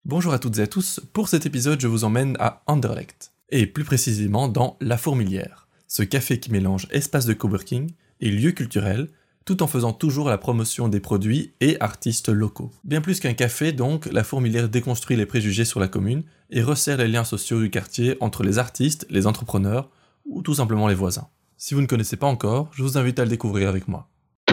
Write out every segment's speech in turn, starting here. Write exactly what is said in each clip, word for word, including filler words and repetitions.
Bonjour à toutes et à tous, pour cet épisode je vous emmène à Anderlecht, et plus précisément dans La Fourmilière, ce café qui mélange espace de coworking et lieu culturel, tout en faisant toujours la promotion des produits et artistes locaux. Bien plus qu'un café donc, La Fourmilière déconstruit les préjugés sur la commune et resserre les liens sociaux du quartier entre les artistes, les entrepreneurs ou tout simplement les voisins. Si vous ne connaissez pas encore, je vous invite à le découvrir avec moi.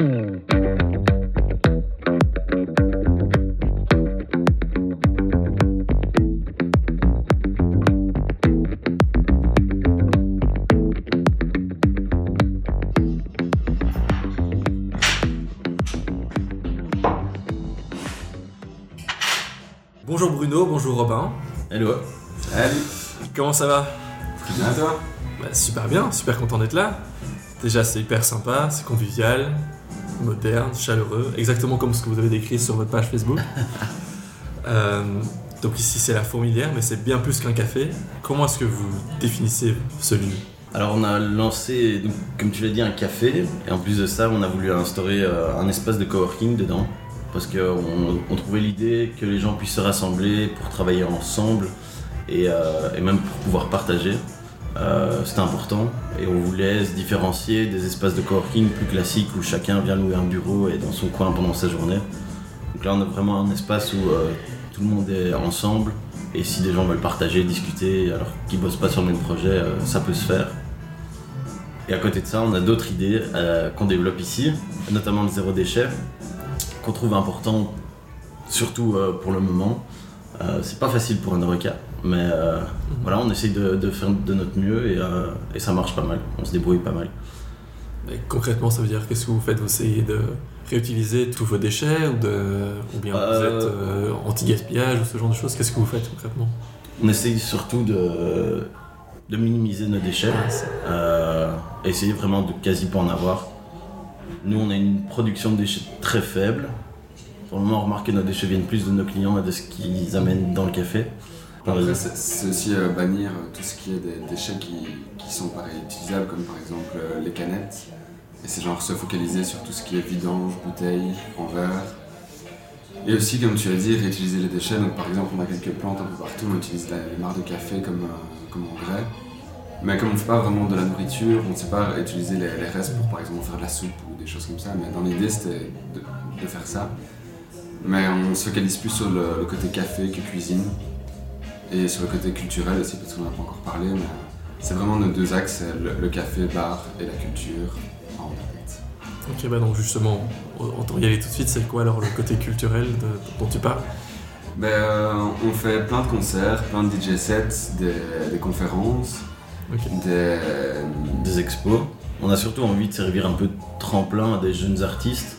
Bonjour Bruno, bonjour Robin. Hello. Salut. Comment ça va? Très bien, toi? Bah, super bien, super content d'être là. Déjà c'est hyper sympa, c'est convivial, moderne, chaleureux, exactement comme ce que vous avez décrit sur votre page Facebook. euh, donc ici c'est La Fourmilière, mais c'est bien plus qu'un café. Comment est-ce que vous définissez ce lieu? Alors on a lancé, donc, comme tu l'as dit, un café, et en plus de ça on a voulu instaurer euh, un espace de coworking dedans. Parce qu'on on trouvait l'idée que les gens puissent se rassembler pour travailler ensemble et, euh, et même pour pouvoir partager. Euh, c'était important et on voulait se différencier des espaces de coworking plus classiques où chacun vient louer un bureau et est dans son coin pendant sa journée. Donc là on a vraiment un espace où euh, tout le monde est ensemble et si des gens veulent partager, discuter alors qu'ils ne bossent pas sur le même projet, euh, ça peut se faire. Et à côté de ça on a d'autres idées euh, qu'on développe ici, notamment le zéro déchet, qu'on trouve important, surtout euh, pour le moment. Euh, c'est pas facile pour un avocat, mais euh, mmh. voilà, on essaye de, de faire de notre mieux et, euh, et ça marche pas mal, on se débrouille pas mal. Et concrètement, ça veut dire qu'est-ce que vous faites? Vous essayez de réutiliser tous vos déchets ou, de, ou bien euh, vous êtes euh, anti-gaspillage ou ce genre de choses? Qu'est-ce que vous faites concrètement? On essaye surtout de, de minimiser nos déchets, euh, essayer vraiment de quasi pas en avoir. Nous, on a une production de déchets très faible. Pour le moment, remarquez, nos déchets viennent plus de nos clients et de ce qu'ils amènent dans le café. Après, c'est, c'est aussi euh, bannir tout ce qui est des déchets qui, qui sont pas réutilisables, comme par exemple euh, les canettes. Et c'est genre se focaliser sur tout ce qui est vidange, bouteilles, en verre. Et aussi, comme tu as dit, réutiliser les déchets. Donc, par exemple, on a quelques plantes un peu partout, on utilise les marcs de café comme, euh, comme engrais. Mais comme on ne fait pas vraiment de la nourriture, on ne sait pas utiliser les, les restes pour par exemple faire de la soupe ou des choses comme ça. Mais dans l'idée c'était de, de faire ça. Mais on se focalise plus sur le, le côté café que cuisine. Et sur le côté culturel aussi parce qu'on n'a pas encore parlé. Mais c'est vraiment nos deux axes, le, le café, bar et la culture en fait. Ok, bah donc justement, on va y aller tout de suite. C'est quoi alors le côté culturel de, dont tu parles? Ben, euh, on fait plein de concerts, plein de D J sets, des, des conférences. Okay. Des... des expos. On a surtout envie de servir un peu de tremplin à des jeunes artistes,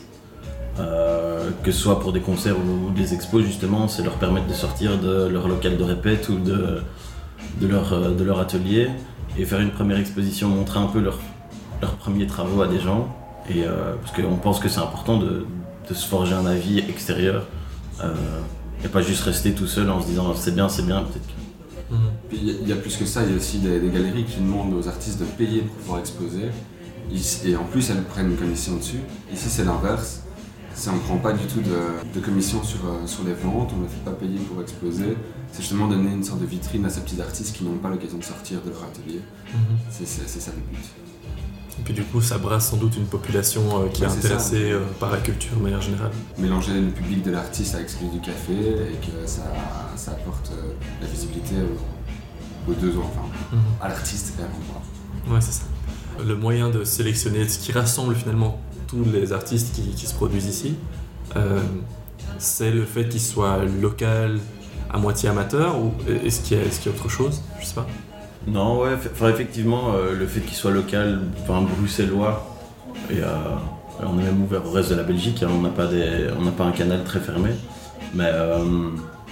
euh, que ce soit pour des concerts ou des expos justement, c'est leur permettre de sortir de leur local de répète ou de, de, leur, de leur atelier et faire une première exposition, montrer un peu leurs leur premiers travaux à des gens. Et, euh, parce qu'on pense que c'est important de, de se forger un avis extérieur euh, et pas juste rester tout seul en se disant c'est bien, c'est bien, peut-être que... Puis il y a plus que ça, il y a aussi des, des galeries qui demandent aux artistes de payer pour pouvoir exposer. Et en plus, elles prennent une commission dessus. Ici, c'est l'inverse. C'est, on ne prend pas du tout de, de commission sur, euh, sur les ventes, on ne les fait pas payer pour exposer. C'est justement donner une sorte de vitrine à ces petits artistes qui n'ont pas l'occasion de sortir de leur atelier. Mm-hmm. C'est, c'est, c'est ça le but. Et puis du coup, ça brasse sans doute une population euh, qui ouais, est intéressée ça, euh, par la culture de manière générale. Mélanger le public de l'artiste avec celui du café et que ça, ça apporte euh, la visibilité aux, aux deux, enfin, mm-hmm. à l'artiste et à l'endroit. Ouais, c'est ça. Le moyen de sélectionner ce qui rassemble finalement tous les artistes qui, qui se produisent ici, euh, c'est le fait qu'ils soient local, à moitié amateur, ou est-ce qu'il y a, est-ce qu'il y a autre chose? Je sais pas. Non, ouais, enfin, effectivement, euh, le fait qu'il soit local, enfin bruxellois, et euh, on est même ouvert au reste de la Belgique, hein, on n'a pas, des, on n'a pas un canal très fermé, mais euh,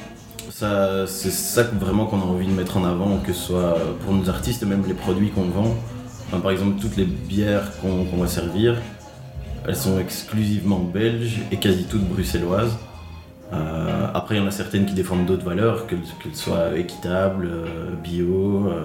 ça, c'est ça vraiment qu'on a envie de mettre en avant, que ce soit pour nos artistes et même les produits qu'on vend. Enfin, par exemple, toutes les bières qu'on, qu'on va servir, elles sont exclusivement belges et quasi toutes bruxelloises. Euh, après, il y en a certaines qui défendent d'autres valeurs, qu'elles, qu'elles soient équitables, euh, bio, euh,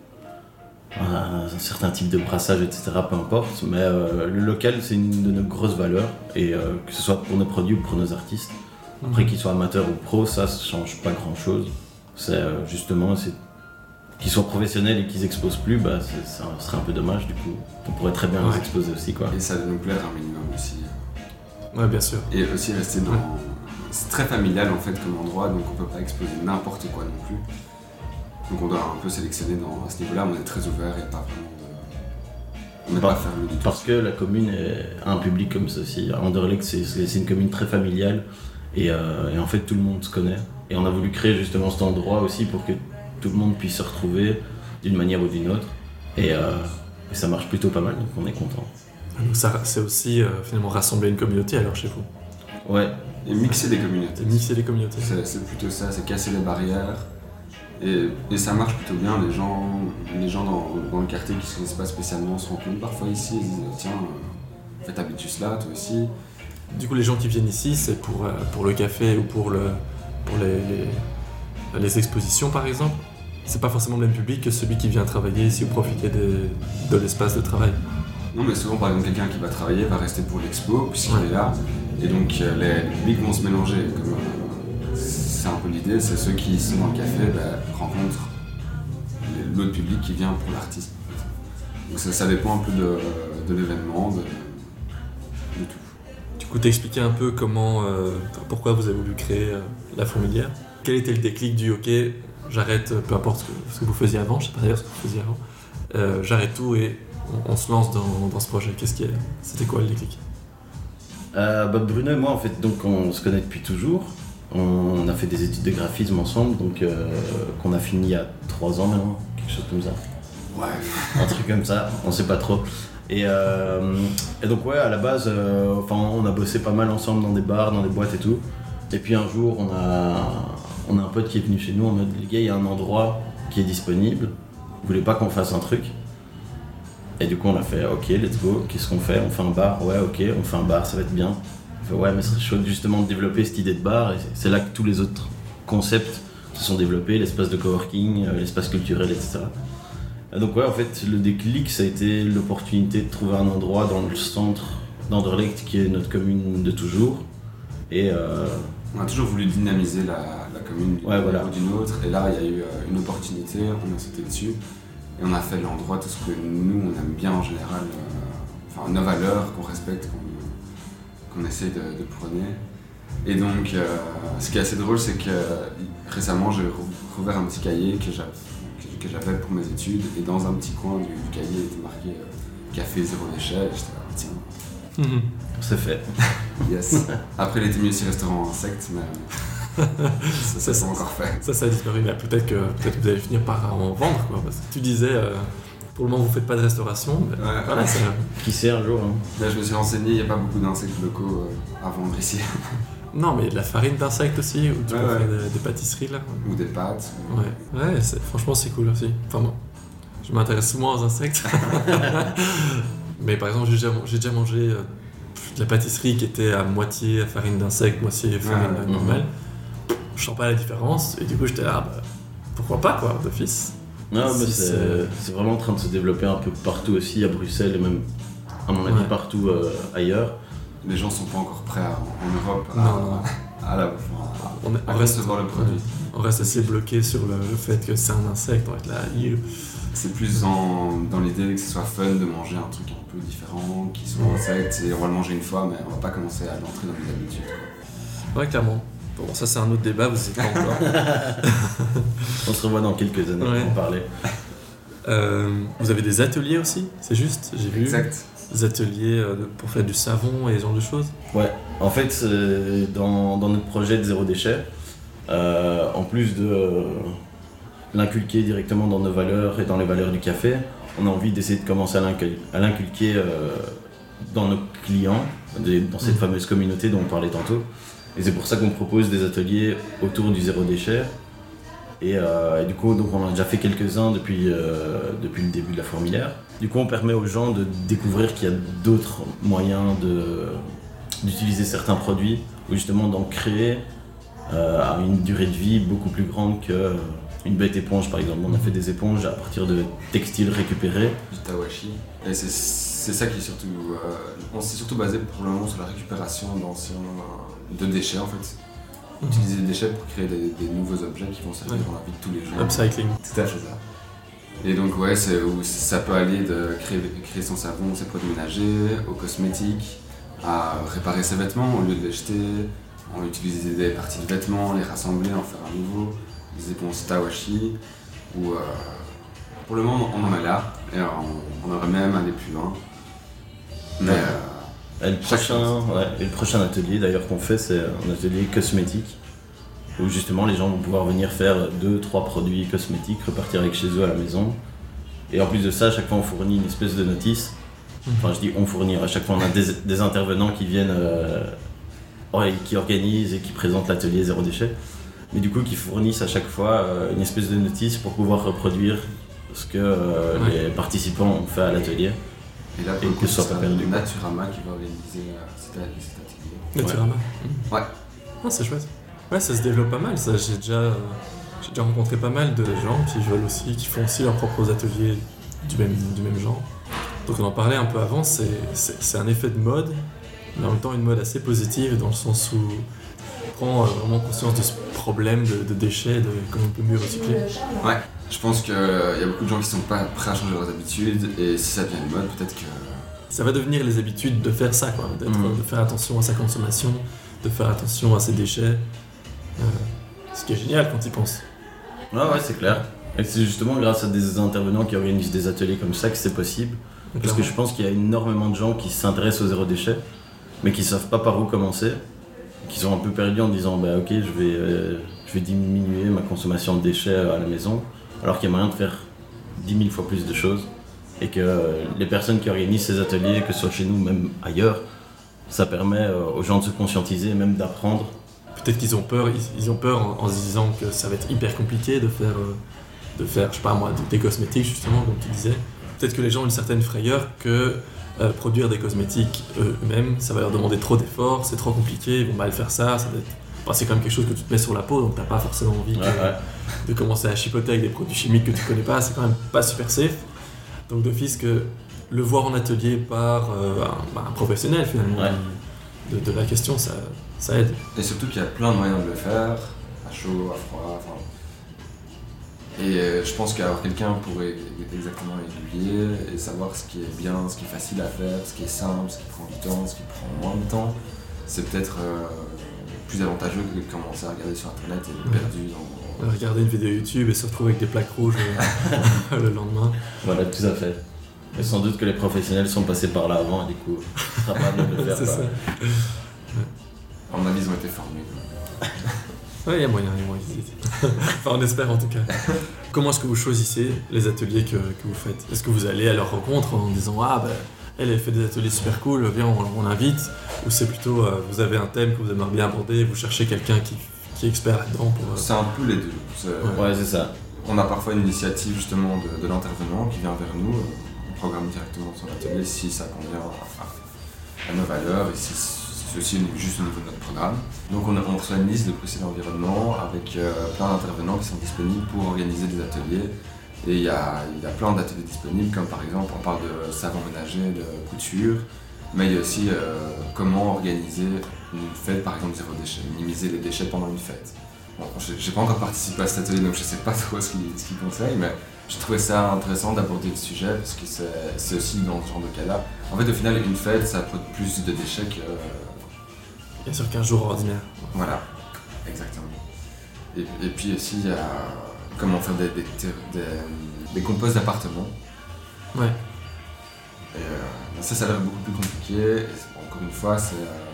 un, un certain type de brassage, et cetera. Peu importe. Mais euh, le local, c'est une de nos grosses valeurs, et euh, que ce soit pour nos produits ou pour nos artistes. Après, qu'ils soient amateurs ou pros, ça ne change pas grand-chose. C'est euh, justement, c'est... qu'ils soient professionnels et qu'ils exposent plus, bah, c'est, ça serait un peu dommage du coup. On pourrait très bien Ouais. les exposer aussi, quoi. Et ça doit nous plaire un minimum aussi. Ouais, bien sûr. Et aussi rester dans... C'est très familial en fait comme endroit, donc on peut pas exposer n'importe quoi non plus. Donc on doit un peu sélectionner dans, à ce niveau-là, on est très ouvert et pas vraiment de... On n'est Bah, pas fermé du tout. Parce que la commune est- a un public comme ceci. Anderlecht, c'est, c'est, c'est une commune très familiale et, euh, et en fait tout le monde se connaît. Et on a voulu créer justement cet endroit aussi pour que tout le monde puisse se retrouver d'une manière ou d'une autre. Et, euh, et ça marche plutôt pas mal, donc on est content. Donc ça, c'est aussi euh, finalement rassembler une communauté alors chez vous. Ouais, Et mixer des communautés. C'est mixer les communautés. C'est, c'est plutôt ça, c'est casser les barrières. Et, et ça marche plutôt bien, les gens, les gens dans, dans le quartier qui ne se connaissent pas spécialement se rencontrent parfois ici et disent tiens, euh, faites habitus là, toi aussi. Du coup, les gens qui viennent ici, c'est pour, euh, pour le café ou pour, le, pour les, les, les expositions par exemple. C'est pas forcément le même public que celui qui vient travailler ici ou profiter des- de l'espace de travail. Non mais souvent par exemple quelqu'un qui va travailler va rester pour l'expo puisqu'il Ouais. est là. Et donc euh, les, les publics vont se mélanger. Comme, euh, c'est un peu l'idée, c'est ceux qui sont dans le café bah, rencontrent les- l'autre public qui vient pour l'artiste. en fait. Donc ça, ça dépend un peu de, de l'événement, de, de tout. Du coup, t'expliquais un peu comment, euh, pourquoi vous avez voulu créer euh, La Fourmilière. Quel était le déclic du OK, j'arrête, euh, peu importe ce que, ce que vous faisiez avant, je sais pas d'ailleurs ce que vous faisiez avant, euh, j'arrête tout et on, on se lance dans, dans ce projet. Qu'est-ce qui est, c'était quoi le déclic? Euh, Bob Bruno et moi, en fait, donc on se connaît depuis toujours. On a fait des études de graphisme ensemble, donc euh, qu'on a fini il y a trois ans maintenant, quelque chose comme ça. Ouais. Un truc comme ça, on sait pas trop. Et, euh, et donc ouais, à la base, euh, enfin, on a bossé pas mal ensemble dans des bars, dans des boîtes et tout. Et puis un jour, on a, on a un pote qui est venu chez nous en mode, les gars, il y a un endroit qui est disponible. Vous voulez pas qu'on fasse un truc? Et du coup, on a fait, ok, let's go. Qu'est-ce qu'on fait? On fait un bar? Ouais, ok, on fait un bar, ça va être bien. On fait, ouais, mais ce serait chouette justement de développer cette idée de bar. Et c'est là que tous les autres concepts se sont développés, l'espace de coworking, euh, l'espace culturel, et cetera. Et donc ouais, en fait, le déclic, ça a été l'opportunité de trouver un endroit dans le centre d'Anderlecht, qui est notre commune de toujours. Et euh, On a toujours voulu dynamiser la, la commune d'une Ouais, voilà. manière ou d'une autre, et là il y a eu euh, une opportunité, on a sauté dessus, et on a fait de l'endroit tout ce que nous on aime bien en général, euh, enfin nos valeurs qu'on respecte, qu'on, qu'on essaie de, de prôner. Et donc euh, ce qui est assez drôle, c'est que récemment j'ai rou- rouvert un petit cahier que j'avais, que, que j'avais pour mes études, et dans un petit coin du, du cahier était marqué euh, café zéro déchet, et j'étais là, tiens. c'est fait. Yes. Après, il était mieux aussi restaurant insectes, mais ça, ça, c'est pas encore fait. Ça, ça a disparu, mais peut-être que, peut-être que vous allez finir par en vendre, quoi. Parce que tu disais, euh, pour le moment, vous faites pas de restauration, mais Ouais. voilà, ça- Qui sait un jour, hein. Là, je me suis renseigné, il n'y a pas beaucoup d'insectes locaux euh, à vendre ici. Non, mais il y a de la farine d'insectes aussi, ou tu Ouais, peux ouais. faire des, des pâtisseries, là. Ou des pâtes. Ouais, ouais c'est, franchement, c'est cool aussi. Enfin bon, je m'intéresse moins aux insectes. Mais par exemple, j'ai déjà, j'ai déjà mangé euh, de la pâtisserie qui était à moitié farine d'insectes, moitié farine Ouais, normale. Je sens pas la différence, et du coup, j'étais là, ah, bah, pourquoi pas, quoi, d'office. Non, mais Si c'est, c'est- c'est vraiment en train de se développer un peu partout aussi, à Bruxelles et même, à mon avis, Ouais. partout euh, ailleurs. Les gens sont pas encore prêts à- en Europe à, Non, non. à, la, enfin, On, est- à on reste, recevoir le produit. on reste assez bloqué sur le, le fait que c'est un insecte, on va être là, il- C'est plus dans, dans l'idée que ce soit fun de manger un truc un peu différent, qui soit insecte, et on va le manger une fois, mais on va pas commencer à l'entrer dans les habitudes. quoi. Ouais, clairement. Bon, ça, c'est un autre débat, vous êtes pas encore. On se revoit dans quelques années Ouais. pour en parler. Euh, vous avez des ateliers aussi, c'est juste, j'ai vu. Exact. Des ateliers euh, de- pour faire du savon et ce genre de choses. Ouais, en fait, c'est dans, dans notre projet de zéro déchet, euh, en plus de euh, l'inculquer directement dans nos valeurs et dans les valeurs du café, on a envie d'essayer de commencer à l'incul- à l'inculquer euh, dans nos clients, des- dans cette Mhm. fameuse communauté dont on parlait tantôt. Et c'est pour ça qu'on propose des ateliers autour du zéro déchet. Et, euh, et du coup, donc on en a déjà fait quelques-uns depuis, euh, depuis le début de la fourmilière. Du coup, on permet aux gens de découvrir qu'il y a d'autres moyens de, d'utiliser certains produits, ou justement d'en créer euh, à une durée de vie beaucoup plus grande qu'une bête éponge, par exemple. On a fait des éponges à partir de textiles récupérés. Du tawashi. Et c'est, c'est ça qui est surtout. euh, on s'est surtout basé pour le moment sur la récupération d'anciens. de déchets en fait. utiliser les déchets pour créer des, des nouveaux objets qui vont servir Ouais. dans la vie de tous les jours. Upcycling. Tout à fait ça. Et donc ouais, c'est, où ça peut aller de créer, créer son savon, ses produits ménagers, aux cosmétiques, à réparer ses vêtements au lieu de les jeter, en utiliser des parties de vêtements, les rassembler, en faire un nouveau, des éponges Tawashi, ou euh, pour le moment on en est là, et on, on aurait même aller plus loin. Mais Ouais. euh, Et le, prochain, ouais, et le prochain atelier d'ailleurs qu'on fait, c'est un atelier cosmétique où justement les gens vont pouvoir venir faire deux trois produits cosmétiques, repartir avec chez eux à la maison. Et en plus de ça, à chaque fois on fournit une espèce de notice. Enfin je dis on fournit, à chaque fois on a des, des intervenants qui viennent, euh, ouais, qui organisent et qui présentent l'atelier zéro déchet. Mais du coup qui fournissent à chaque fois euh, une espèce de notice pour pouvoir reproduire ce que euh, Ouais. les participants ont fait à l'atelier. et là Et pour le que coup, ce soit c'est pas perdu. Naturama qui va organiser euh, cet, cet atelier. Naturama. Ouais. Ah, c'est chouette. Ouais, ça se développe pas mal. Ça, j'ai déjà, euh, j'ai déjà rencontré pas mal de gens qui veulent aussi, qui font aussi leurs propres ateliers du même, du même genre. Donc on en parlait un peu avant. C'est, c'est, c'est un effet de mode, mais en même temps une mode assez positive dans le sens où on prend euh, vraiment conscience de ce problème de, de déchets, de comment on peut mieux recycler. Ouais, je pense qu'il y a beaucoup de gens qui sont pas prêts à changer leurs habitudes et si ça devient une mode, peut-être que... Ça va devenir les habitudes de faire ça, quoi, d'être, Mhm. de faire attention à sa consommation, de faire attention à ses déchets. Euh, ce qui est génial quand tu y penses. Ouais, ouais, c'est clair. Et c'est justement grâce à des intervenants qui organisent des ateliers comme ça que c'est possible. Parce que je pense qu'il y a énormément de gens qui s'intéressent au zéro déchet, mais qui savent pas par où commencer, qui sont un peu perdus en disant bah ok, je vais, euh, je vais diminuer ma consommation de déchets à la maison, alors qu'il y a moyen de faire dix mille fois plus de choses. Et que euh, les personnes qui organisent ces ateliers, que ce soit chez nous ou même ailleurs, ça permet euh, aux gens de se conscientiser et même d'apprendre. Peut-être qu'ils ont peur, ils, ils ont peur en, en se disant que ça va être hyper compliqué de faire, euh, de faire, je sais pas moi, des cosmétiques justement, comme tu disais. Peut-être que les gens ont une certaine frayeur que euh, produire des cosmétiques eux-mêmes, ça va leur demander trop d'efforts, c'est trop compliqué, ils vont mal faire ça, ça va être... Enfin, c'est quand même quelque chose que tu te mets sur la peau, donc t'as pas forcément envie Ouais, que- ouais. de commencer à chipoter avec des produits chimiques que tu connais pas, c'est quand même pas super safe. Donc d'office que le voir en atelier par euh, un, bah, un professionnel finalement Ouais. de, de la question, ça, ça aide. Et surtout qu'il y a plein de moyens de le faire, à chaud, à froid, enfin... Et euh, je pense qu'avoir quelqu'un pour é- exactement aiguiller et savoir ce qui est bien, ce qui est facile à faire, ce qui est simple, ce qui prend du temps, ce qui prend moins de temps, c'est peut-être euh, plus avantageux que de commencer à regarder sur internet et être Ouais. perdu dans... Regarder une vidéo YouTube et se retrouver avec des plaques rouges euh, le lendemain. Voilà, tout à fait. Et sans doute que les professionnels sont passés par là avant et du coup, ce sera pas à nous de le faire. C'est quoi. ça. À mon avis, ils ont été formés. Ouais, il y a moyen, il y a moyen. Enfin, on espère en tout cas. Comment est-ce que vous choisissez les ateliers que, que vous faites? Est-ce que vous allez à leur rencontre en disant ah ben elle, elle fait des ateliers super cool, viens on, on l'invite? Ou c'est plutôt euh, vous avez un thème que vous aimeriez bien aborder, vous cherchez quelqu'un qui, qui est expert là-dedans pour... euh, C'est un peu les deux. C'est- Ouais, c'est ça. On a parfois une initiative justement de, de l'intervenant qui vient vers nous. On programme directement son atelier si ça convient à, à- à nos valeurs et si c'est aussi juste au niveau de notre programme. Donc on, a, on reçoit une liste de précédents environnements avec euh, plein d'intervenants qui sont disponibles pour organiser des ateliers. Et il y a, il y a plein d'ateliers disponibles, comme par exemple on parle de savon ménager, de couture, mais il y a aussi euh, comment organiser une fête, par exemple zéro déchet, minimiser les déchets pendant une fête. Bon, j'ai j'ai pas encore participé à cet atelier donc je sais pas trop ce qu'il ce qu'il conseille, mais je trouvais ça intéressant d'aborder le sujet parce que c'est c'est aussi dans ce genre de cas-là. En fait, au final, une fête ça apporte plus de déchets que. Bien sûr qu'un jour ordinaire. Voilà, exactement. Et, et puis aussi, il y a comment faire des, des, ter- des, des composts d'appartements. Ouais. Et euh, ça, ça a l'air beaucoup plus compliqué. Et c'est- encore une fois, c'est euh,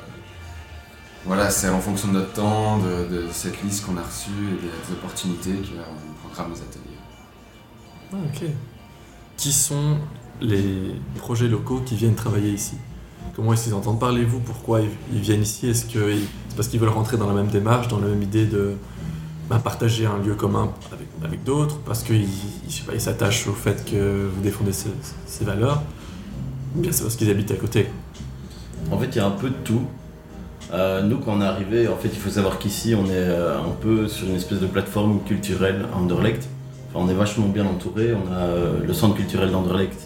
voilà, c'est en fonction de notre temps, de, de cette liste qu'on a reçue et des, des opportunités qu'on programme les ateliers. Ah, ok. Qui sont les projets locaux qui viennent travailler ici? Comment est-ce qu'ils entendent parler de vous? Pourquoi ils, ils viennent ici? Est-ce que ils- c'est parce qu'ils veulent rentrer dans la même démarche, dans la même idée de bah, partager un lieu commun avec, avec d'autres? Parce qu'ils ils, je sais pas, ils s'attachent au fait que vous défendez ces, ces valeurs? Ou bien c'est parce qu'ils habitent à côté? En fait, il y a un peu de tout. Euh, nous, quand on est arrivé, en fait, il faut savoir qu'ici, on est euh, un peu sur une espèce de plateforme culturelle à Anderlecht. Enfin, on est vachement bien entouré. On a euh, le centre culturel d'Anderlecht,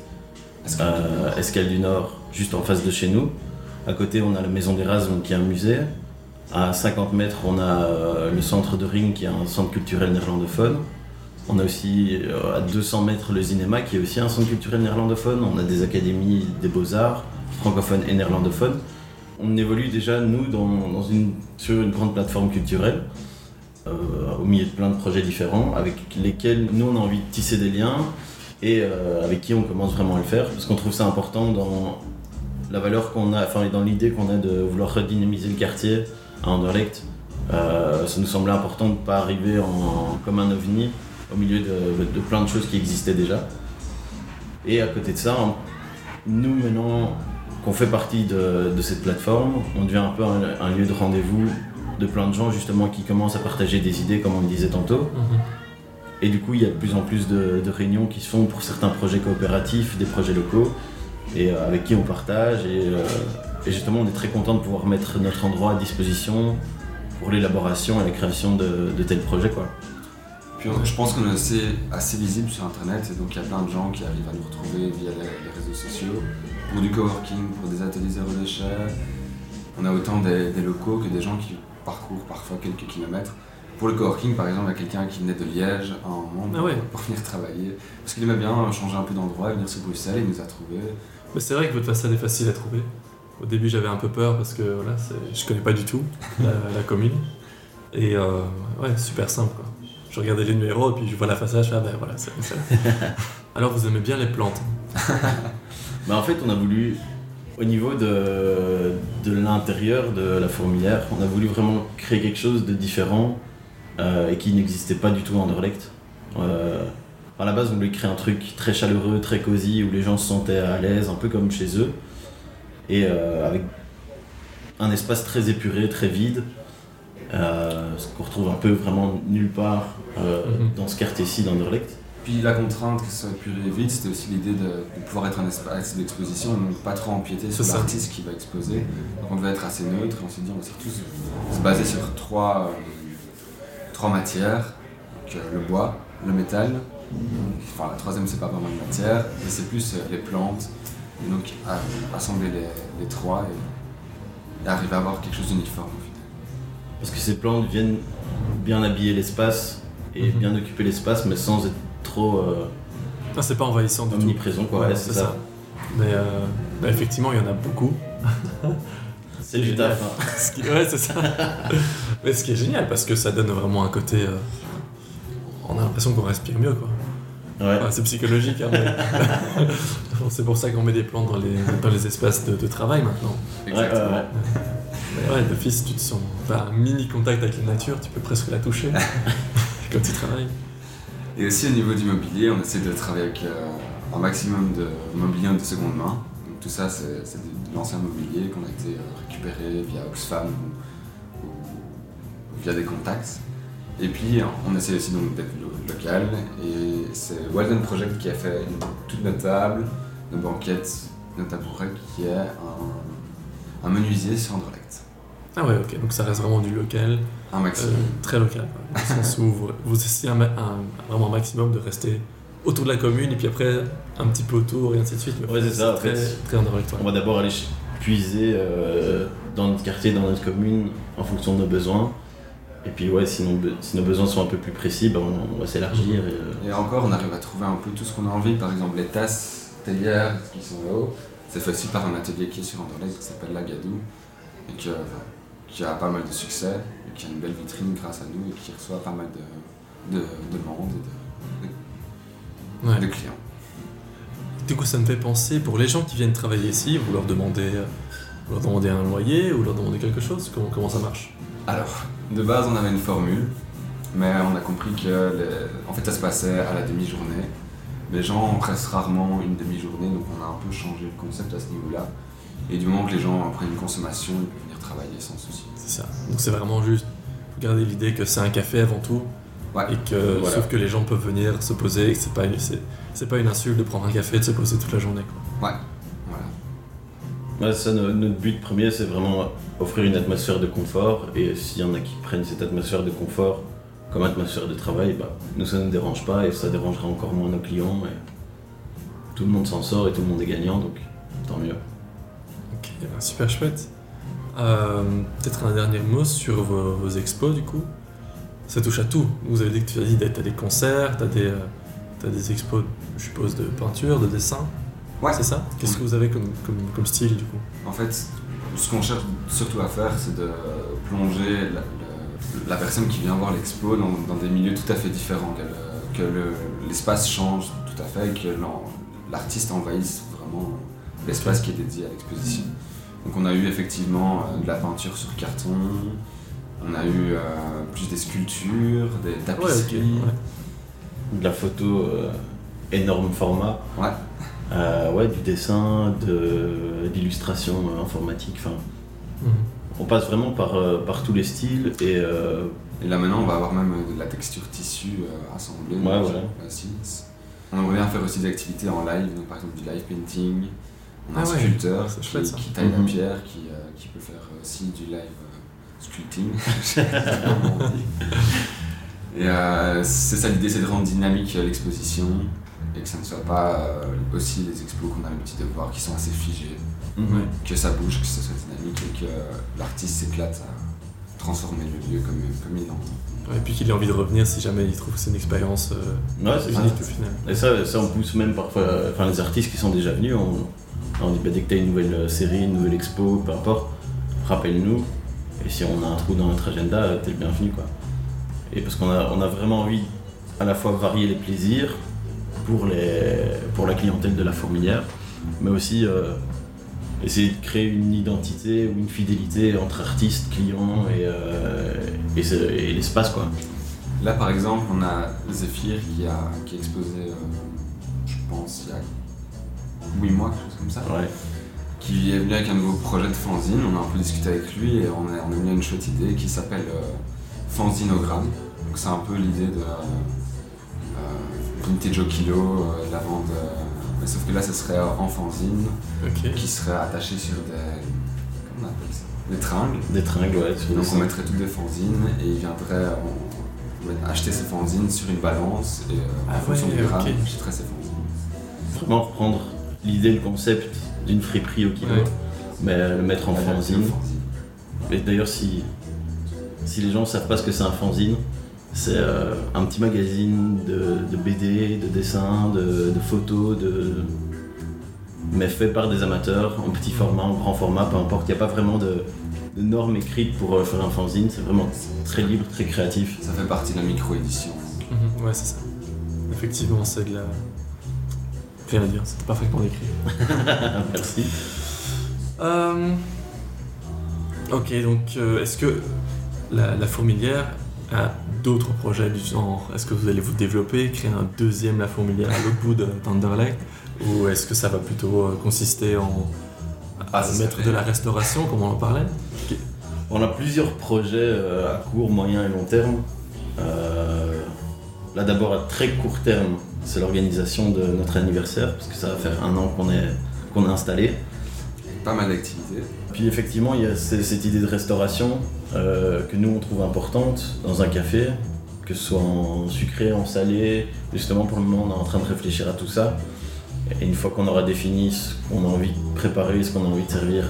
euh, Escale du Nord, juste en face de chez nous. À côté, on a la maison d'Erasme, qui est un musée. À cinquante mètres, on a euh, le centre de Ring qui est un centre culturel néerlandophone. On a aussi euh, à deux cents mètres le Cinéma qui est aussi un centre culturel néerlandophone. On a des académies des beaux-arts, francophones et néerlandophones. On évolue déjà, nous, dans, dans une, sur une grande plateforme culturelle, euh, au milieu de plein de projets différents, avec lesquels nous, on a envie de tisser des liens et euh, avec qui on commence vraiment à le faire, parce qu'on trouve ça important dans la valeur qu'on a, enfin dans l'idée qu'on a de vouloir redynamiser le quartier à Anderlecht. Euh, ça nous semblait important de ne pas arriver en, comme un ovni au milieu de, de plein de choses qui existaient déjà. Et à côté de ça, nous maintenant qu'on fait partie de, de cette plateforme, on devient un peu un, un lieu de rendez-vous de plein de gens justement qui commencent à partager des idées comme on le disait tantôt. Mm-hmm. Et du coup il y a de plus en plus de, de réunions qui se font pour certains projets coopératifs, des projets locaux, et euh, avec qui on partage. Et, euh, et justement on est très content de pouvoir mettre notre endroit à disposition pour l'élaboration et la création de, de tels projets, quoi. Puis je pense qu'on est assez, assez visible sur internet, et donc il y a plein de gens qui arrivent à nous retrouver via les, les réseaux sociaux. Pour du coworking, pour des ateliers zéro déchet. On a autant des, des locaux que des gens qui parcourent parfois quelques kilomètres. Pour le coworking, par exemple, il y a quelqu'un qui venait de Liège à un moment pour, ah ouais. pour venir travailler. Parce qu'il aimait bien changer un peu d'endroit, venir sur Bruxelles, et il nous a trouvés. Mais c'est vrai que votre façade est facile à trouver. Au début, j'avais un peu peur parce que voilà, je connais pas du tout la, la commune. Et euh, ouais, super simple, quoi. Je regardais les numéros et puis je vois la façade, je fais ah ben voilà, c'est ça. Alors vous aimez bien les plantes. Bah en fait, on a voulu, au niveau de, de l'intérieur de la fourmilière, on a voulu vraiment créer quelque chose de différent euh, et qui n'existait pas du tout à Anderlecht. Euh, à la base, on voulait créer un truc très chaleureux, très cosy, où les gens se sentaient à l'aise, un peu comme chez eux, et euh, avec un espace très épuré, très vide, euh, ce qu'on retrouve un peu vraiment nulle part euh, mm-hmm. dans ce quartier-ci d'Anderlecht. Puis la contrainte que ça soit épuré et vide, c'était aussi l'idée de, de pouvoir être un espace d'exposition, donc pas trop empiéter sur l'artiste qui va exposer. Donc on devait être assez neutre, et on s'est dit on va surtout se, se baser sur trois, euh, trois matières, donc, euh, le bois, le métal, enfin la troisième c'est pas vraiment une matière, mais c'est plus euh, les plantes, et donc à, assembler les, les trois et, et arriver à avoir quelque chose d'uniforme au final. Parce que ces plantes viennent bien habiller l'espace et mm-hmm. bien occuper l'espace, mais sans être trop euh, ah, c'est pas envahissant du omniprésent, quoi. Ouais, ouais, c'est, c'est ça. ça. Mais euh, bah, effectivement, il y en a beaucoup. C'est du taf. Hein. Ce qui... Ouais, c'est ça. Mais ce qui est génial, parce que ça donne vraiment un côté. Euh... On a l'impression qu'on respire mieux, quoi. Ouais. Enfin, c'est psychologique, hein, mais... c'est pour ça qu'on met des plantes dans les, dans les espaces de, de travail maintenant. Exactement. Ouais, ouais, ouais. Mais ouais, d'office, tu te sens. T'as un mini contact avec la nature, tu peux presque la toucher quand tu travailles. Et aussi au niveau du mobilier, on essaie de travailler avec euh, un maximum de mobilier de seconde main. Donc, tout ça, c'est, c'est de l'ancien mobilier qu'on a été euh, récupéré via Oxfam ou, ou via des contacts. Et puis, on essaie aussi donc d'être lo- local. Et c'est Walden Project qui a fait une, toutes nos tables, nos banquettes, nos tabourets, qui est un, un menuisier sur Anderlecht. Ah ouais, ok, donc ça reste vraiment du local. Un maximum. Euh, très local, dans le sens où vous, vous essayez un, un, vraiment un maximum de rester autour de la commune et puis après un petit peu autour et ainsi de suite. Ouais, c'est, c'est ça, très, en fait. Très Anderlecht. On va d'abord aller puiser euh, dans notre quartier, dans notre commune, en fonction de nos besoins. Et puis ouais, si nos, si nos besoins sont un peu plus précis, ben on, on va s'élargir. Et, euh... et encore, on arrive à trouver un peu tout ce qu'on a envie. Par exemple, les tasses, théières qui sont là-haut, c'est fait aussi par un atelier qui est sur Anderlecht qui s'appelle Lagadou et que, qui a pas mal de succès, et qui a une belle vitrine grâce à nous et qui reçoit pas mal de, de, de demandes et de, de, ouais. de clients. Du coup, ça me fait penser, pour les gens qui viennent travailler ici, vous leur demandez, vous leur demandez un loyer ou leur demandez quelque chose? Comment, comment ça marche? Alors, de base, on avait une formule, mais on a compris que les... en fait, ça se passait à la demi-journée. Les gens restent rarement une demi-journée, donc on a un peu changé le concept à ce niveau-là. Et du moment que les gens prennent une consommation, ils peuvent venir travailler sans souci. C'est ça. Donc c'est vraiment juste, faut garder l'idée que c'est un café avant tout. Ouais. Et que, voilà. Sauf que les gens peuvent venir se poser et que c'est pas une, c'est, c'est pas une insulte de prendre un café et de se poser toute la journée, quoi. Ouais. Voilà. Ouais, ça, notre but premier, c'est vraiment offrir une atmosphère de confort. Et s'il y en a qui prennent cette atmosphère de confort comme atmosphère de travail, bah, nous ça ne nous dérange pas et ça dérangera encore moins nos clients. Et tout le monde s'en sort et tout le monde est gagnant, donc tant mieux. Ok, super chouette. Euh, peut-être un dernier mot sur vos, vos expos du coup. Ça touche à tout. Vous avez dit que tu as dit que tu as des concerts, tu as des, euh, t'as des expos, je suppose, de peinture, de dessin. Ouais. C'est ça? Qu'est-ce que vous avez comme, comme, comme style du coup? En fait, ce qu'on cherche surtout à faire, c'est de plonger la, la, la personne qui vient voir l'expo dans, dans des milieux tout à fait différents, que le, l'espace change tout à fait et que l'artiste envahisse vraiment l'espace qui est dédié à l'exposition. Donc on a eu effectivement euh, de la peinture sur carton, on a eu euh, plus des sculptures, des tapisseries, ouais, okay, ouais. de la photo euh, énorme format, ouais. Euh, ouais, du dessin, de, d'illustration euh, informatique. Enfin, mm-hmm. On passe vraiment par, euh, par tous les styles et, euh, et là maintenant on va avoir même de la texture tissu euh, assemblée. Ouais, voilà. On aimerait bien faire aussi des activités en live, donc par exemple du live painting. On a ah un ouais, sculpteur qui, chouette, qui taille mm-hmm. la pierre, qui, euh, qui peut faire aussi du live euh, sculpting. Et euh, c'est ça l'idée, c'est de rendre dynamique l'exposition et que ça ne soit pas euh, aussi les expos qu'on a l'habitude de voir qui sont assez figés, mm-hmm. que ça bouge, que ça soit dynamique et que euh, l'artiste s'éclate à transformer le lieu comme, comme il l'entend. Ouais, et puis qu'il ait envie de revenir si jamais il trouve que c'est une expérience euh, ouais, c'est unique ça. Au final. Et ça, ça on pousse même parfois, enfin les artistes qui sont déjà venus, on, on dit bah, dès que tu as une nouvelle série, une nouvelle expo, peu importe, rappelle-nous. Et si on a un trou dans notre agenda, t'es le bienvenu quoi. Et parce qu'on a, on a vraiment envie à la fois varier les plaisirs pour, les, pour la clientèle de la Fourmilière, mais aussi euh, essayer de créer une identité ou une fidélité entre artistes, clients et, euh, et, et l'espace quoi. Là par exemple on a Zéphyr qui a, qui a exposé, euh, je pense, il y a huit mois, quelque chose comme ça. Ouais. Qui est venu avec un nouveau projet de fanzine, on a un peu discuté avec lui et on a, on a mis une chouette idée qui s'appelle euh, Fanzinogramme. Donc c'est un peu l'idée de euh, vintage au kilo, euh, de la vente, euh, mais sauf que là ce serait en fanzine, okay. qui serait attaché sur des, comment on appelle ça, des tringles. Des tringles, ouais. Sur donc on mettrait toutes des fanzines et il viendrait on, acheter ses fanzines sur une balance et euh, ah en fonction ouais, du gramme, okay. achèterait ses fanzines. Vraiment reprendre l'idée, le concept d'une friperie au kilo, ouais. mais le mettre en fanzine. Et d'ailleurs, si, si les gens ne savent pas ce que c'est un fanzine, c'est euh, un petit magazine de, de B D, de dessins, de, de photos, de... mais fait par des amateurs, en petit format, en grand format, peu importe. Il n'y a pas vraiment de, de normes écrites pour euh, faire un fanzine, c'est vraiment très libre, très créatif. Ça fait partie de la micro-édition. Mmh, ouais, c'est ça. Effectivement, c'est de la... Rien à dire, c'était parfaitement décrit. Merci. Euh... Ok, donc euh, est-ce que la, la Fourmilière a d'autres projets du genre? Est-ce que vous allez vous développer, créer un deuxième La Fourmilière à l'autre bout de d'Anderlecht? Ou est-ce que ça va plutôt euh, consister en à ah, mettre de la restauration, comme on en parlait? Okay. On a plusieurs projets euh, à court, moyen et long terme. Euh, là d'abord à très court terme, c'est l'organisation de notre anniversaire, parce que ça va faire un an qu'on est, qu'on est installé. Pas mal d'activités. Puis effectivement, il y a cette idée de restauration euh, que nous on trouve importante dans un café, que ce soit en sucré, en salé. Justement, pour le moment, on est en train de réfléchir à tout ça. Et une fois qu'on aura défini ce qu'on a envie de préparer, ce qu'on a envie de servir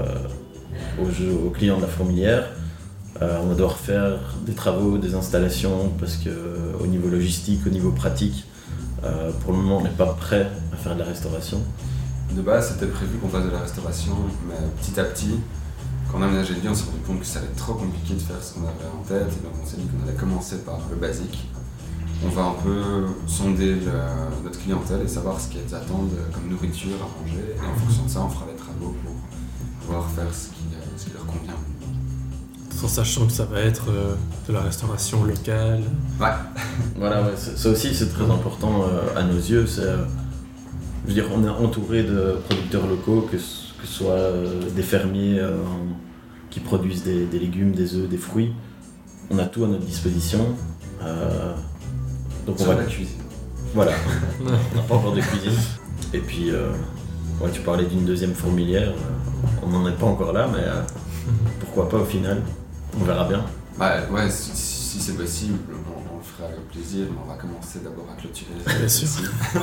à, aux, jeux, aux clients de la Fourmilière, euh, on va devoir faire des travaux, des installations, parce qu'au niveau logistique, au niveau pratique, euh, pour le moment, on n'est pas prêt à faire de la restauration. De base, c'était prévu qu'on fasse de la restauration, mais petit à petit, quand on a aménagé le lieu, on s'est rendu compte que ça allait être trop compliqué de faire ce qu'on avait en tête, et donc on s'est dit qu'on allait commencer par le basique. On va un peu sonder le, notre clientèle et savoir ce qu'elles attendent comme nourriture à manger, et en fonction de ça, on fera les travaux pour pouvoir faire ce qui, ce qui leur convient. Tout en sachant que ça va être euh, de la restauration locale. Ouais. Voilà, ouais, ça aussi c'est très important euh, à nos yeux. C'est, euh, je veux dire, on est entouré de producteurs locaux, que, que ce soit euh, des fermiers euh, qui produisent des, des légumes, des œufs, des fruits. On a tout à notre disposition. Euh, donc Sur on va la cuisine. Voilà, on n'a pas encore de cuisine. Et puis, euh, ouais, tu parlais d'une deuxième fourmilière. On n'en est pas encore là, mais euh, pourquoi pas au final. On verra bien. Bah ouais, si, si c'est possible, on, on le fera avec plaisir, mais on va commencer d'abord à clôturer. Bien sûr.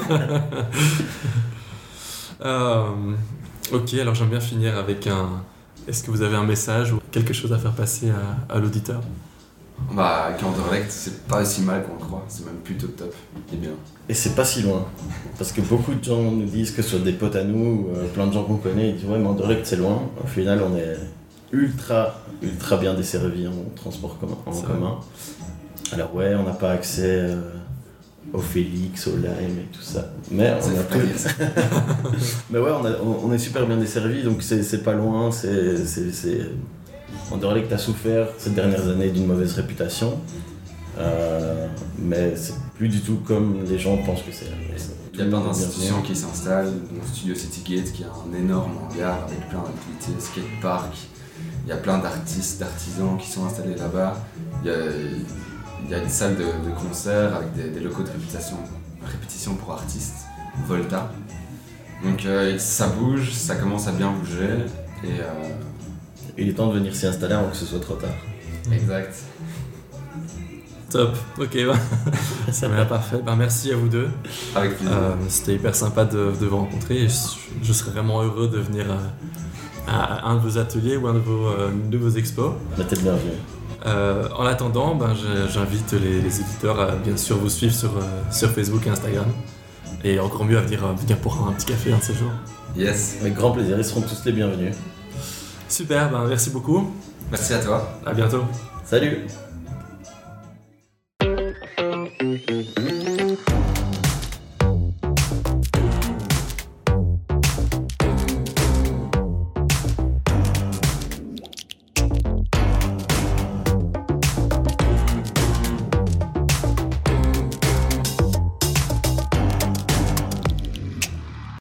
euh, ok, alors j'aime bien finir avec un, Est-ce que vous avez un message ou quelque chose à faire passer à, à l'auditeur? Bah, qu'Anderlecht, c'est pas aussi mal qu'on le croit, c'est même plutôt top et bien. Et c'est pas si loin, parce que beaucoup de gens nous disent que sur des potes à nous, euh, plein de gens qu'on connaît, ils disent ouais mais Anderlecht c'est loin. Au final on est ultra, ultra bien desservi en transport com- en C'est commun. Alors ouais, on n'a pas accès euh, au Félix, au Lime et tout ça. Mais Ça on a fait pas tout. dire ça. Mais ouais, on, a- on- on est super bien desservi, donc c'est, c'est pas loin. C'est, c'est, c'est... Anderlecht a souffert ces dernières années d'une mauvaise réputation. Euh, mais c'est plus du tout comme les gens pensent que c'est. Il y a plein d'institutions qui s'installent, dont Studio Citygate qui est un énorme hangar avec plein d'activités, skatepark. Il y a plein d'artistes, d'artisans qui sont installés là-bas. Il y a, il y a une salle de, de concert avec des, des locaux de répétition, répétition pour artistes, Volta. Donc euh, ça bouge, ça commence à bien bouger et euh, Il est temps de venir s'y installer avant que ce soit trop tard. exact. Top, ok, bah, ça m'a l'air parfait. Bah, merci à vous deux. Avec plaisir. Euh, c'était hyper sympa de, de vous rencontrer et je, je serais vraiment heureux de venir à, à un de vos ateliers ou un de vos, euh, de vos expos. Mais t'es le bienvenu. Euh, en attendant, ben, je- j'invite les, les éditeurs à bien sûr vous suivre sur, euh, sur Facebook et Instagram. Et encore mieux à venir, euh, venir pour un petit café un de ces jours. Yes. Avec grand plaisir, ils seront tous les bienvenus. Super, ben, merci beaucoup. Merci à toi. À bientôt. Salut! Thank you.